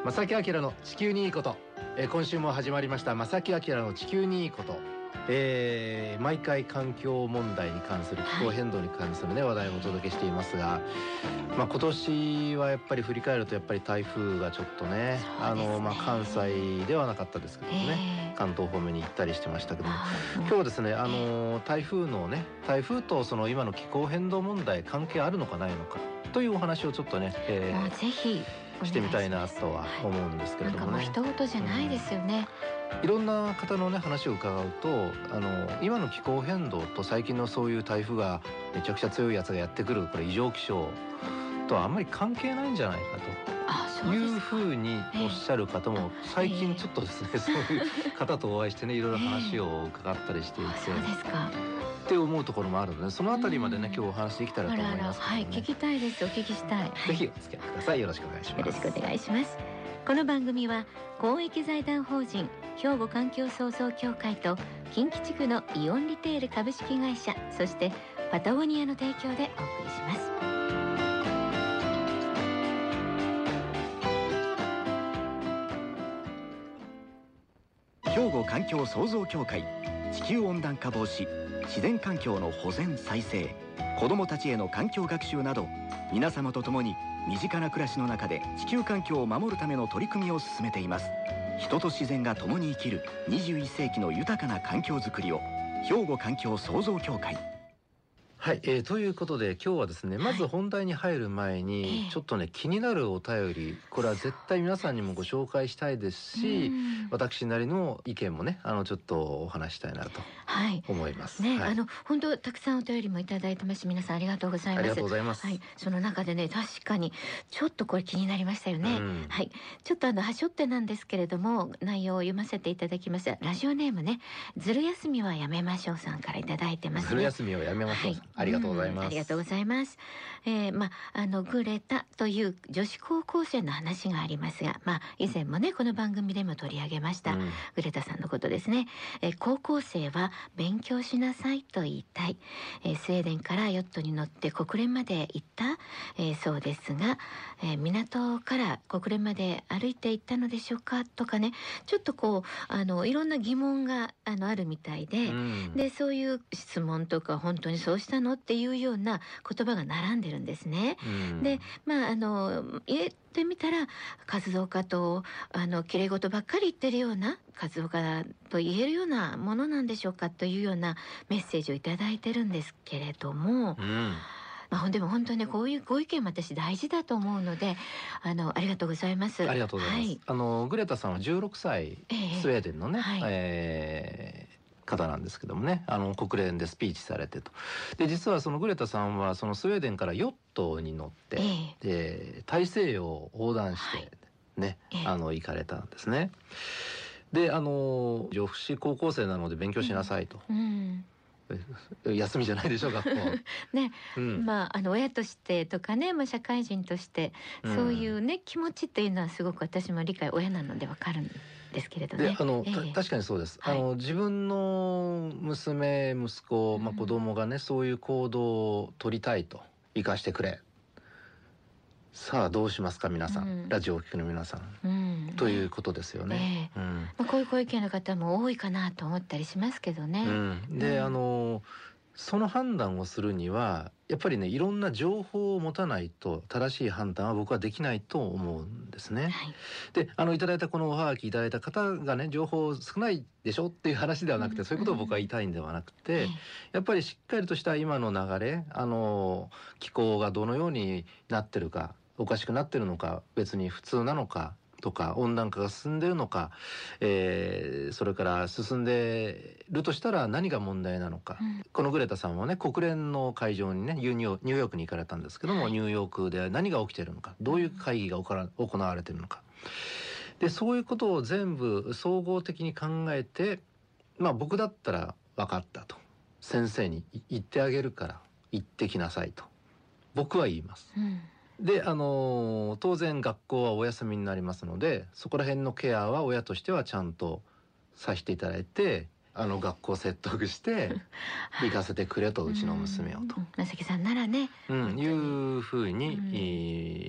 正木明の地球にいいこと、今週も始まりました正木明の地球にいいこと、毎回環境問題に関する気候変動に関する、話題をお届けしていますが、今年はやっぱり振り返るとやっぱり台風がちょっとね、関西ではなかったですけどね、関東方面に行ったりしてましたけども、今日はですね台風とその今の気候変動問題関係あるのかないのかというお話をちょっとね、 ぜひしてみたいなとは思うんですけれどもね。 なんかもう一言じゃないですよね。 いろんな方のね話を伺うと今の気候変動と最近のそういう台風がめちゃくちゃ強いやつがやってくるこれ異常気象とはあんまり関係ないんじゃないかというふうにおっしゃる方も最近ちょっとですね、そういう方とお会いしてねいろいろ話を伺ったりしていて、 そうですかって思うところもあるので、そのあたりまでね今日お話できたらと思いますけどね。 聞きたいです。お聞きしたい。 ぜひお付き合いください。よろしくお願いします。 よろしくお願いします。この番組は公益財団法人兵庫環境創造協会と近畿地区のイオンリテール株式会社、そしてパタゴニアの提供でお送りします。 兵庫環境創造協会、地球温暖化防止、自然環境の保全再生、子どもたちへの環境学習など、皆様と共に身近な暮らしの中で地球環境を守るための取り組みを進めています。人と自然が共に生きる21世紀の豊かな環境づくりを、兵庫環境創造協会。 はい、ということで今日はですね、まず本題に入る前にちょっとね気になるお便り、これは絶対皆さんにもご紹介したいですし、私なりの意見もねちょっとお話したいなと思います。 本当たくさんお便りもいただいてますし、皆さんありがとうございます。 ありがとうございます。 その中でね確かにちょっとこれ気になりましたよね。ちょっとはしょってなんですけれども内容を読ませていただきます。ラジオネームね、ずる休みはやめましょうさんからいただいてますね。 ずる休みをやめましょうさん、ありがとうございます。 ありがとうございます。グレタという女子高校生の話がありますが、以前もねこの番組でも取り上げました、グレタさんのことですね。高校生は勉強しなさいと言いたい。スウェーデンからヨットに乗って国連まで行った、そうですが、港から国連まで歩いて行ったのでしょうかとかね、ちょっとこういろんな疑問があるみたいで、でそういう質問とか本当にそうしたのっていうような言葉が並んでるんですね。で言ってみたら活動家と綺麗事ばっかり言ってるような活動家と言えるようなものなんでしょうかというようなメッセージをいただいてるんですけれども、でも本当にこういうご意見も私大事だと思うのでありがとうございます。 ありがとうございます。グレタさんは16歳、スウェーデンのね、方なんですけどもね、国連でスピーチされてと。で実はそのグレタさんはそのスウェーデンからヨットに乗って、で大西洋を横断してね、行かれたんですね。で女子高校生なので勉強しなさいと。休みじゃないでしょ学校ね、親としてとかね、社会人としてそういうね、気持ちっていうのはすごく私も理解、親なのでわかるんですけれどね。 で確かにそうです。自分の娘息子、子供がねそういう行動を取りたいと、生かしてくれ、さあどうしますか皆さん、ラジオを聴くの皆さん、ということですよね。 こういうご意見の方も多いかなと思ったりしますけどね。 でその判断をするにはやっぱりねいろんな情報を持たないと正しい判断は僕はできないと思うんですね。でいただいたこのおはがきいただいた方がね情報少ないでしょっていう話ではなくて、そういうことを僕は言いたいんではなくて、やっぱりしっかりとした今の流れ、気候がどのようになってるか、おかしくなってるのか、別に普通なのかとか、温暖化が進んでるのか、それから進んでるとしたら何が問題なのか、このグレタさんはね国連の会場にねニューヨークに行かれたんですけども、ニューヨークで何が起きてるのか、どういう会議が行われてるのか、でそういうことを全部総合的に考えて、僕だったら分かったと、先生に言ってあげるから行ってきなさいと僕は言います。で当然学校はお休みになりますので、そこら辺のケアは親としてはちゃんとさせていただいて、学校を説得して行かせてくれと、うちの娘をと、 正木さんならね、 いうふうに、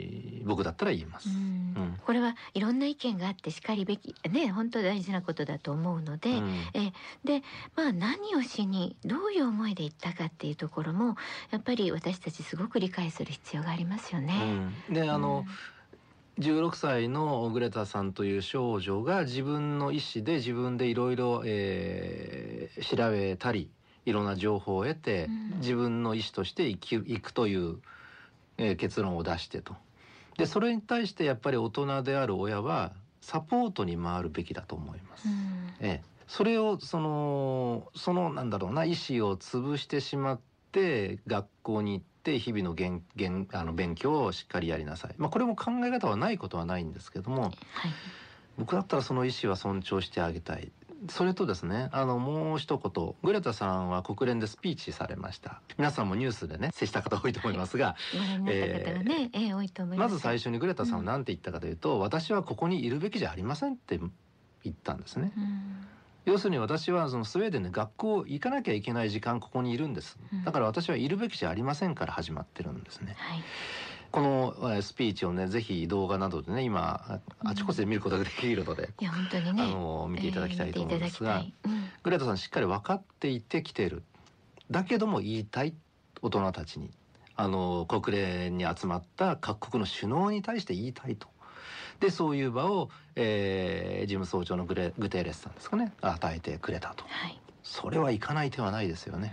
僕だったら言います。 これはいろんな意見があってしかりべきね、本当大事なことだと思うので、で何をしにどういう思いで言ったかっていうところもやっぱり私たちすごく理解する必要がありますよね。 で16歳のグレタさんという少女が自分の意思で自分でいろいろ調べたりいろんな情報を得て、自分の意思として生くという、結論を出してと。でそれに対してやっぱり大人である親はサポートに回るべきだと思います。それをそのなんだろうな意思を潰してしまって学校に行って日々の勉強をしっかりやりなさい。これも考え方はないことはないんですけども、僕だったらその意思は尊重してあげたい。それとですね、もう一言、グレタさんは国連でスピーチされました。皆さんもニュースでね接した方多いと思いますが、 ご覧になった方がね、多いと思います。 まず最初にグレタさんは何て言ったかというと、私はここにいるべきじゃありませんって言ったんですね。要するに私はそのスウェーデンで学校行かなきゃいけない時間ここにいるんです。だから私はいるべきじゃありませんから始まってるんですね。このスピーチをねぜひ動画などでね今あちこちで見ることができるので、 いや本当にね見ていただきたいと思うんですが、グレタさんしっかり分かっていて来てる。だけども言いたい大人たちに国連に集まった各国の首脳に対して言いたいと。でそういう場を、事務総長のグテーレスさんですかね与えてくれたと、それはいかない手はないですよね。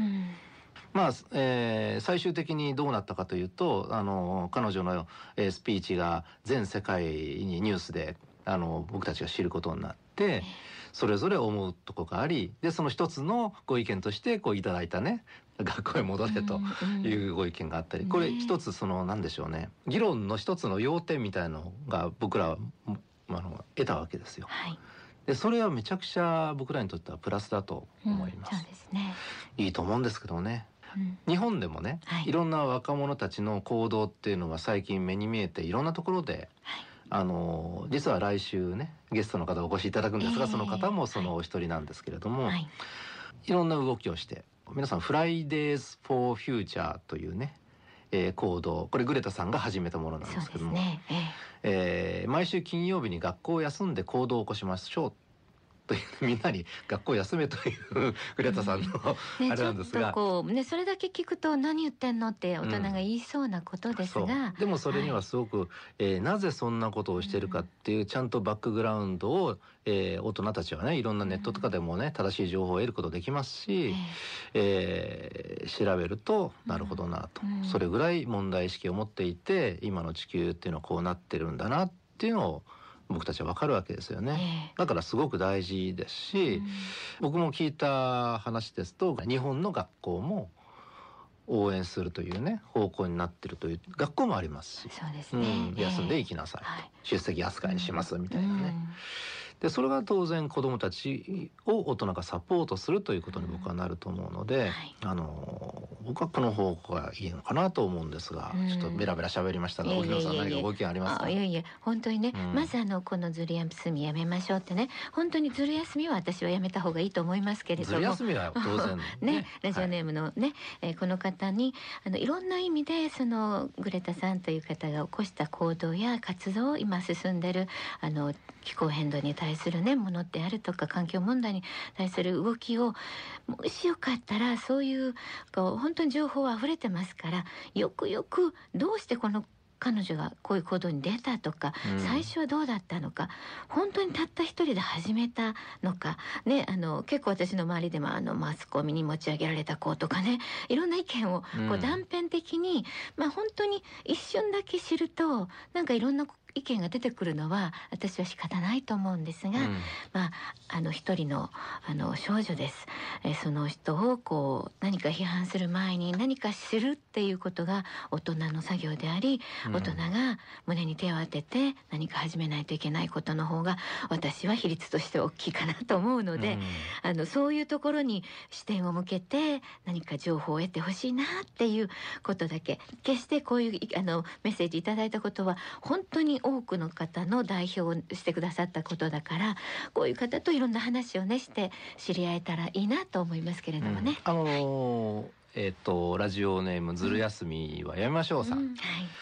最終的にどうなったかというと彼女の、スピーチが全世界にニュースで僕たちが知ることになって、それぞれ思うとこがあり、でその一つのご意見としていただいたね学校へ戻れというご意見があったり、これ一つなんでしょうね、議論の一つの要点みたいなのが僕らは得たわけですよ。でそれはめちゃくちゃ僕らにとってはプラスだと思います。 そうですね。 いいと思うんですけどね。日本でもね、いろんな若者たちの行動っていうのが最近目に見えていろんなところで、実は来週ねゲストの方お越しいただくんですが、その方もそのお一人なんですけれども、いろんな動きをして皆さんフライデーズ・フォー・フューチャーというね、行動、これグレタさんが始めたものなんですけども、毎週金曜日に学校を休んで行動を起こしましょうというみんなに学校休めというグレタさんのあれなんですが、 ちょっとそれだけ聞くと何言ってんのって大人が言いそうなことですが、 でもそれにはすごく、なぜそんなことをしてるかっていうちゃんとバックグラウンドを、大人たちはねいろんなネットとかでもね正しい情報を得ることできますし、調べるとなるほどなと、それぐらい問題意識を持っていて今の地球っていうのはこうなってるんだなっていうのを僕たちは分かるわけですよね。だからすごく大事ですし、僕も聞いた話ですと日本の学校も応援するというね方向になってるという学校もありますし、 そうですね、 休んでいきなさい、出席扱いにしますみたいなね、でそれが当然子どもたちを大人がサポートするということに僕はなると思うので、僕はこの方向がいいのかなと思うんですが、ちょっとベラベラ喋りましたが、荻野さん何かご意見ありますか？ いや本当にね、まずこのずる休みやめましょうってね、本当にずる休みは私はやめた方がいいと思いますけれども、 ずる休みは当然ねラジオネームのね、この方にいろんな意味でそのグレタさんという方が起こした行動や活動、今進んでる気候変動に対するねものであるとか環境問題に対する動きをもしよかったらそういう本当に情報は溢れてますから、よくどうしてこの彼女がこういう行動に出たとか、最初はどうだったのか、本当にたった一人で始めたのかね、結構私の周りでもマスコミに持ち上げられた子とかね、いろんな意見を断片的に、本当に一瞬だけ知るとなんかいろんな意見が出てくるのは私は仕方ないと思うんですが、一人の少女です。その人を何か批判する前に何か知るっていうことが大人の作業であり、大人が胸に手を当てて何か始めないといけないことの方が私は比率として大きいかなと思うので、そういうところに視点を向けて何か情報を得てほしいなっていうことだけ、決してこういうメッセージいただいたことは本当に多くの方の代表をしてくださったことだから、こういう方といろんな話をねして知り合えたらいいなと思いますけれどもね。 ラジオネームずる休みはやめましょうさん、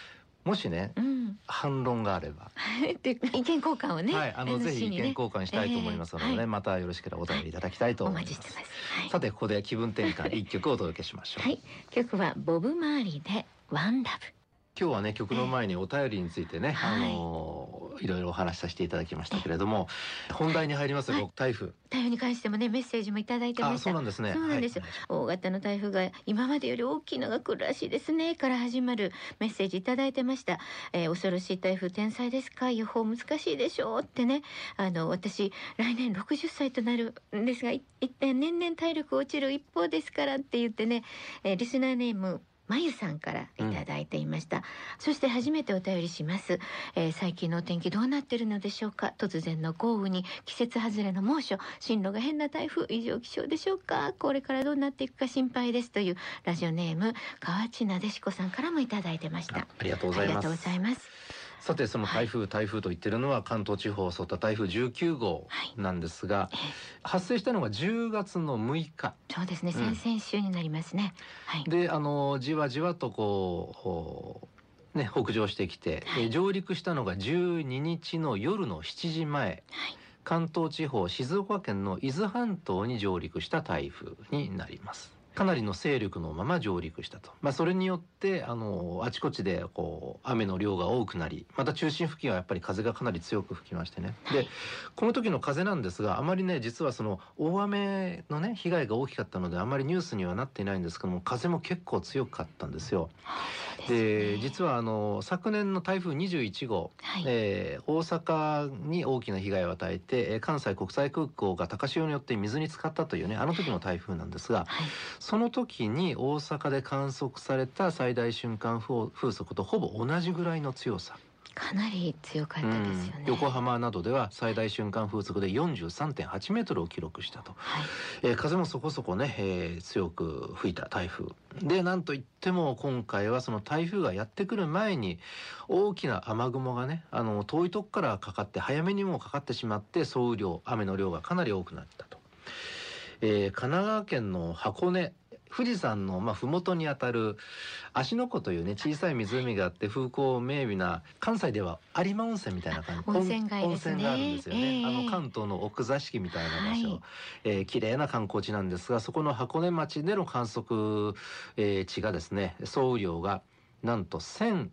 もしね、反論があればで意見交換をね、 ぜひ意見交換したいと思いますのでね、またよろしければお便りいただきたいと思います。 お待ちしてます。 さてここで気分転換一曲お届けしましょう。 曲はボブ・マーリーでワンラブ。 今日はね曲の前にお便りについてね、いろいろお話しさせていただきましたけれども、本題に入りますよ。台風に関してもねメッセージもいただいてました。 そうなんですね。 そうなんですよ、大型の台風が今までより大きいのが来るらしいですねから始まるメッセージいただいてました。恐ろしい台風天才ですか、予報難しいでしょうってね。私来年60歳となるんですが、一点年々体力落ちる一方ですからって言ってね、リスナーネームまゆさんからいただいていました。そして初めてお便りします。最近のお天気どうなってるのでしょうか。突然の豪雨に季節外れの猛暑、進路が変な台風、異常気象でしょうか。これからどうなっていくか心配ですというラジオネーム河内なでしこさんからもいただいてました。 ありがとうございます。さてその台風と言ってるのは関東地方を襲った台風19号なんですが、発生したのが10月の6日。 そうですね、先々週になりますね。 でじわじわとこうね北上してきて、上陸したのが12日の夜の7時前、関東地方静岡県の伊豆半島に上陸した台風になります。かなりの勢力のまま上陸したと。それによってあちこちでこう雨の量が多くなり、また中心付近はやっぱり風がかなり強く吹きましてね。でこの時の風なんですが、あまりね実はその大雨のね被害が大きかったのであまりニュースにはなっていないんですけども、風も結構強かったんですよ。で実は昨年の台風21号、大阪に大きな被害を与えて、関西国際空港が高潮によって水に浸かったというねあの時の台風なんですが、その時に大阪で観測された最大瞬間風速とほぼ同じぐらいの強さ。 かなり強かったですよね。 横浜などでは最大瞬間風速で 43.8 メートルを記録したと。風もそこそこね、強く吹いた台風で、なんといっても今回はその台風がやってくる前に大きな雨雲がね遠いとこからかかって早めにもかかってしまって、総雨量雨の量がかなり多くなったと。神奈川県の箱根、富士山の麓にあたる芦ノ湖というね小さい湖があって、風光明媚な、関西では有馬温泉みたいな感じ、 温泉街ですね、 温泉があるんですよね。関東の奥座敷みたいな場所、綺麗な観光地なんですが、そこの箱根町での観測、地がですね、総雨量がなんと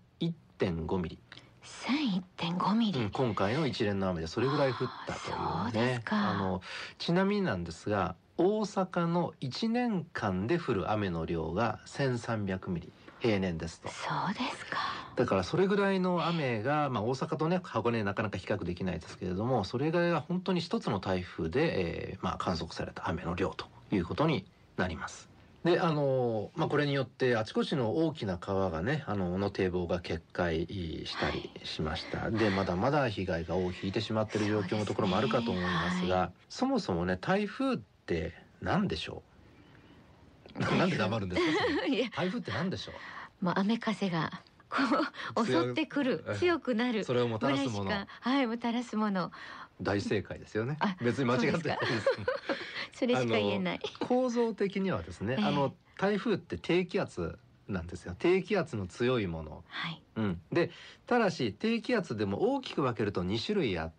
1001.5 ミリ。 1001.5 ミリ、 今回の一連の雨でそれぐらい降ったというね。ちなみになんですが、大阪の1年間で降る雨の量が1300ミリ、平年ですと。 そうですか。 だからそれぐらいの雨が、大阪とね箱根なかなか比較できないですけれども、それが本当に一つの台風で、観測された雨の量ということになります。でこれによってあちこちの大きな川がねの堤防が決壊したりしました。でまだまだ被害が尾を引いてしまっている状況のところもあるかと思いますが、そもそもね台風って何でしょう。なんで黙るんですか。台風って何でしょう。 雨風がこう襲ってくる、強くなる、 それをもたらすもの、 もたらすもの。 大正解ですよね。別に間違ってないです。 それしか言えない。 構造的にはですね、台風って低気圧なんですよ。低気圧の強いもの。でただし低気圧でも大きく分けると2種類あって、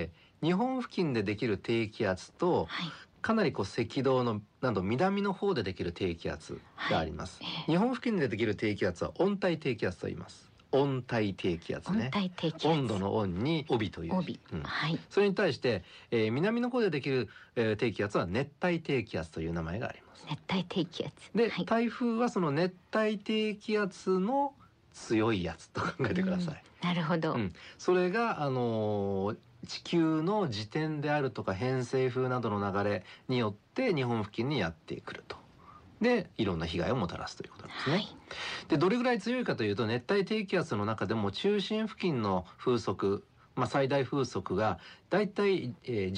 日本付近でできる低気圧と、かなりこう赤道のなど南の方でできる低気圧があります。日本付近でできる低気圧は温帯低気圧と言います。温帯低気圧ね。温度の温に帯という。それに対して、南の方でできる、低気圧は熱帯低気圧という名前があります。 熱帯低気圧で、台風はその熱帯低気圧の強いやつと考えてください。 なるほど。 それが地球の自転であるとか偏西風などの流れによって日本付近にやってくると。でいろんな被害をもたらすということなんですね。でどれぐらい強いかというと、熱帯低気圧の中でも中心付近の風速、最大風速がだいたい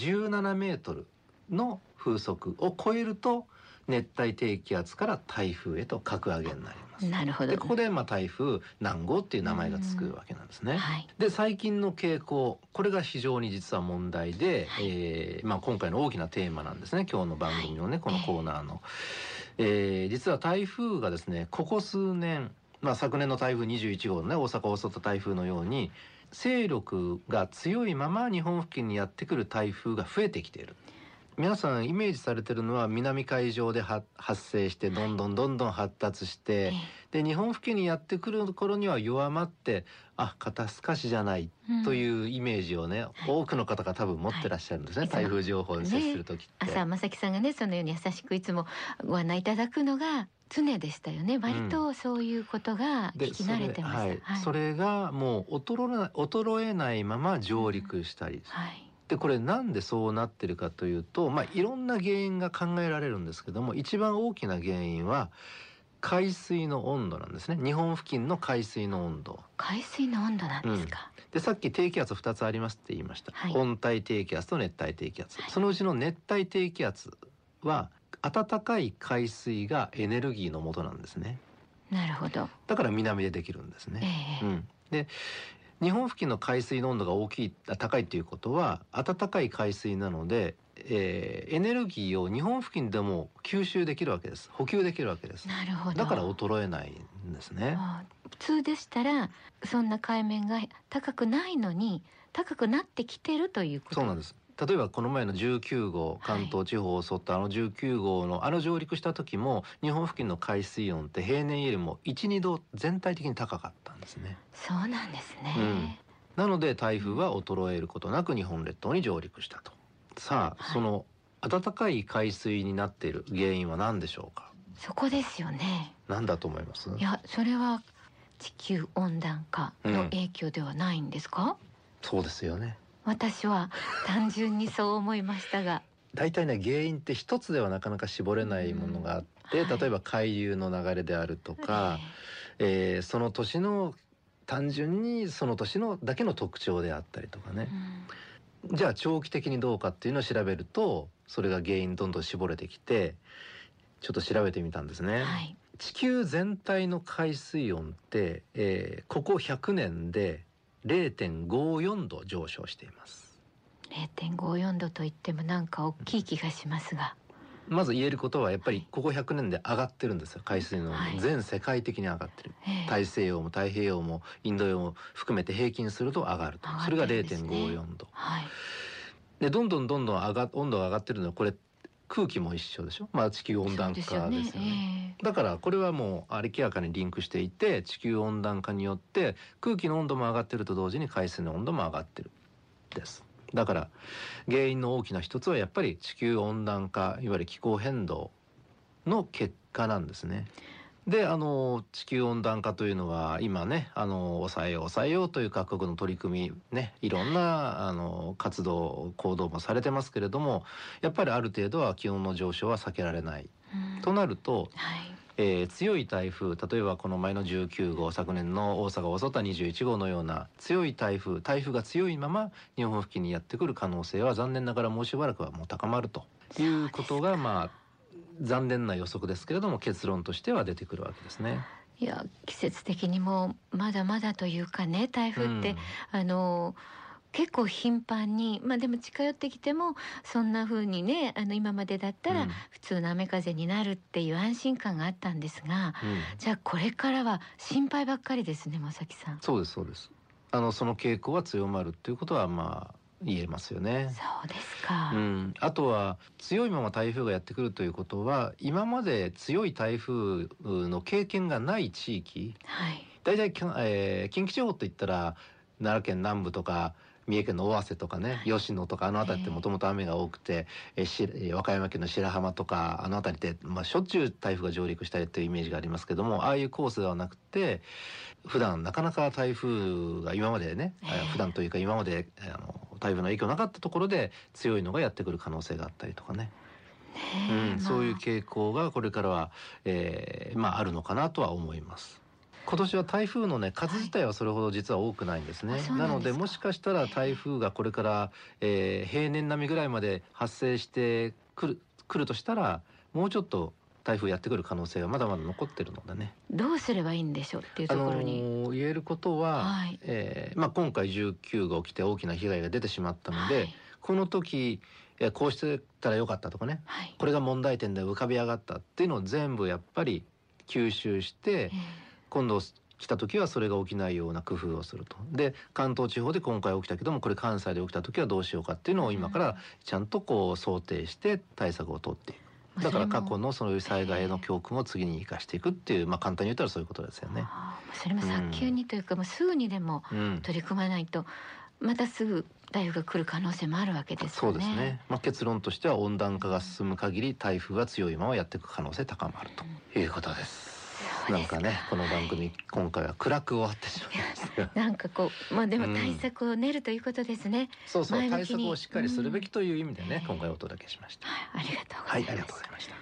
17メートルの風速を超えると熱帯低気圧から台風へと格上げになります。 なるほど。 でここで台風何号っていう名前がつくわけなんですね。で最近の傾向、これが非常に実は問題で、今回の大きなテーマなんですね。今日の番組のねこのコーナーの、実は台風がですねここ数年昨年の台風21号のね、大阪を襲った台風のように勢力が強いまま日本付近にやってくる台風が増えてきている。皆さんイメージされてるのは南海上で発生してどんどん発達して、で日本付近にやってくる頃には弱まって、肩透かしじゃないというイメージをね、多くの方が多分持ってらっしゃるんですね、台風情報に接する時って。 朝正樹さんがねそのように優しくいつもご案内いただくのが常でしたよね。割とそういうことが聞き慣れてました。 それがもう衰えないまま上陸したり、でこれなんでそうなってるかというと、いろんな原因が考えられるんですけども、一番大きな原因は海水の温度なんですね。日本付近の海水の温度。 海水の温度なんですか。 でさっき低気圧2つありますって言いました、温帯低気圧と熱帯低気圧、そのうちの熱帯低気圧は暖かい海水がエネルギーの元なんですね。 なるほど。 だから南でできるんですね。で日本付近の海水の温度が高いということは暖かい海水なので、エネルギーを日本付近でも吸収できるわけです。補給できるわけです。 なるほど。 だから衰えないんですね。 普通でしたらそんな海面が高くないのに高くなってきてるということ。 そうなんです。例えばこの前の19号関東地方を襲った19号の上陸した時も日本付近の海水温って平年よりも 1,2 度全体的に高かったんですね。 そうなんですね。 なので台風は衰えることなく日本列島に上陸したと。さあ、その暖かい海水になっている原因は何でしょうか。 そこですよね。 何だと思います？ いや、それは地球温暖化の影響ではないんですか？ そうですよね。 私は単純にそう思いましたが大体ね、原因って一つではなかなか絞れないものがあって、例えば海流の流れであるとか、その年の単純にその年のだけの特徴であったりとかね、じゃあ長期的にどうかっていうのを調べるとそれが原因どんどん絞れてきて、ちょっと調べてみたんですね。地球全体の海水温って、ここ100年で0.54 度上昇しています。 0.54 度といってもなんか大きい気がしますが、 まず言えることはやっぱりここ100年で上がってるんですよ。海水の温度、全世界的に上がってる、大西洋も太平洋もインド洋も含めて平均すると上がると、それが 0.54 度、でどんどん温度が上がってるのはこれ空気も一緒でしょ。地球温暖化ですよね。だからこれはもう明らかにリンクしていて、地球温暖化によって空気の温度も上がってると同時に海水の温度も上がってるです。だから原因の大きな一つはやっぱり地球温暖化、いわゆる気候変動の結果なんですね。で地球温暖化というのは今ね抑えようという各国の取り組みね、いろんな活動行動もされてますけれども、やっぱりある程度は気温の上昇は避けられない、となると、強い台風、例えばこの前の19号、昨年の大阪を襲った21号のような強い台風が強いまま日本付近にやってくる可能性は残念ながらもうしばらくはもう高まるということが残念な予測ですけれども結論としては出てくるわけですね。 いや、季節的にもまだまだというかね、台風って、結構頻繁に、でも近寄ってきてもそんな風にね今までだったら普通の雨風になるっていう安心感があったんですが、じゃあこれからは心配ばっかりですね、正木さん。 そうです。その傾向は強まるということは言えますよね。 そうですか。 あとは強いまま台風がやってくるということは今まで強い台風の経験がない地域、大体、近畿地方といったら奈良県南部とか三重県の尾鷲とかね、吉野とか辺りってもともと雨が多くて、和歌山県の白浜とか辺りで、しょっちゅう台風が上陸したりというイメージがありますけども、ああいうコースではなくて普段なかなか台風が今までね、普段というか今まで台風の影響なかったところで強いのがやってくる可能性があったりとかね、そういう傾向がこれからは、あるのかなとは思います。今年は台風の数自体はそれほど実は多くないんですね。なのでもしかしたら台風がこれから、平年並みぐらいまで発生してくるとしたら、もうちょっと台風やってくる可能性がまだまだ残ってるのでね。 どうすればいいんでしょうっていうところに、 言えることは、今回19号来て大きな被害が出てしまったので、この時こうしてたらよかったとかね、これが問題点で浮かび上がったっていうのを全部やっぱり吸収して、今度来た時はそれが起きないような工夫をすると。で関東地方で今回起きたけどもこれ関西で起きた時はどうしようかっていうのを今からちゃんとこう想定して対策を取っていく。だから過去のそういう災害への教訓を次に生かしていくっていう、簡単に言ったらそういうことですよね。 それも早急にというか、もうすぐにでも取り組まないと、またすぐ台風が来る可能性もあるわけですよね。 そうですね。結論としては温暖化が進む限り台風が強いままやっていく可能性高まるということです。なんかね、この番組今回は暗く終わってしまいましたがなんかこう、でも対策を練るということですね。 そうそう、対策をしっかりするべきという意味でね、今回お届けしました。 ありがとうございます。 はい、ありがとうございました。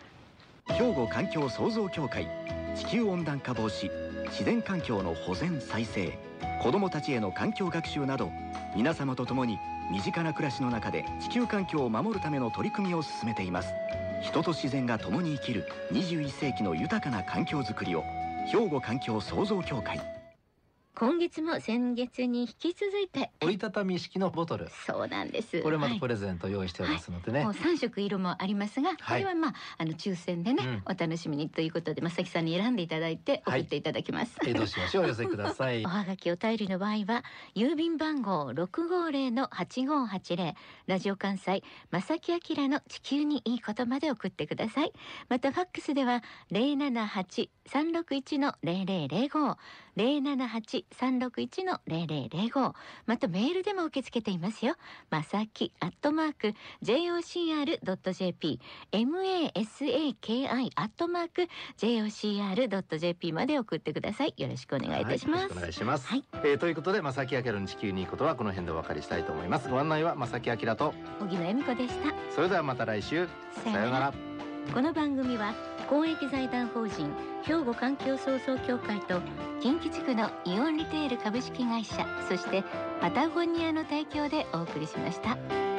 兵庫環境創造協会、地球温暖化防止、自然環境の保全再生、子どもたちへの環境学習など、皆様と共に身近な暮らしの中で地球環境を守るための取り組みを進めています。人と自然が共に生きる21世紀の豊かな環境づくりを、兵庫環境創造協会。 今月も先月に引き続いて折りたたみ式のボトル、 そうなんです。 これまたプレゼント用意しておりますのでね、 もう3色色もありますが、これは抽選でね、お楽しみにということで、正木さんに選んでいただいて送っていただきます。 どうしましょう、お寄せください。 おはがきお便りの場合は郵便番号 650-8580 ラジオ関西正木明の地球にいいことまで送ってください。またファックスでは 078-361-0005 078-361-0005、またメールでも受け付けていますよ。まさき@jocr.jp、 masaki@jocr.jp まで送ってください。よろしくお願いいたします。 よろしくお願いします。ということで正木明の地球にいいことはこの辺でお別れしたいと思います。ご案内は正木明と荻野恵美子でした。 それではまた来週、さようなら。 この番組は公益財団法人兵庫環境創造協会と近畿地区のイオンリテール株式会社、そしてパタゴニアの提供でお送りしました。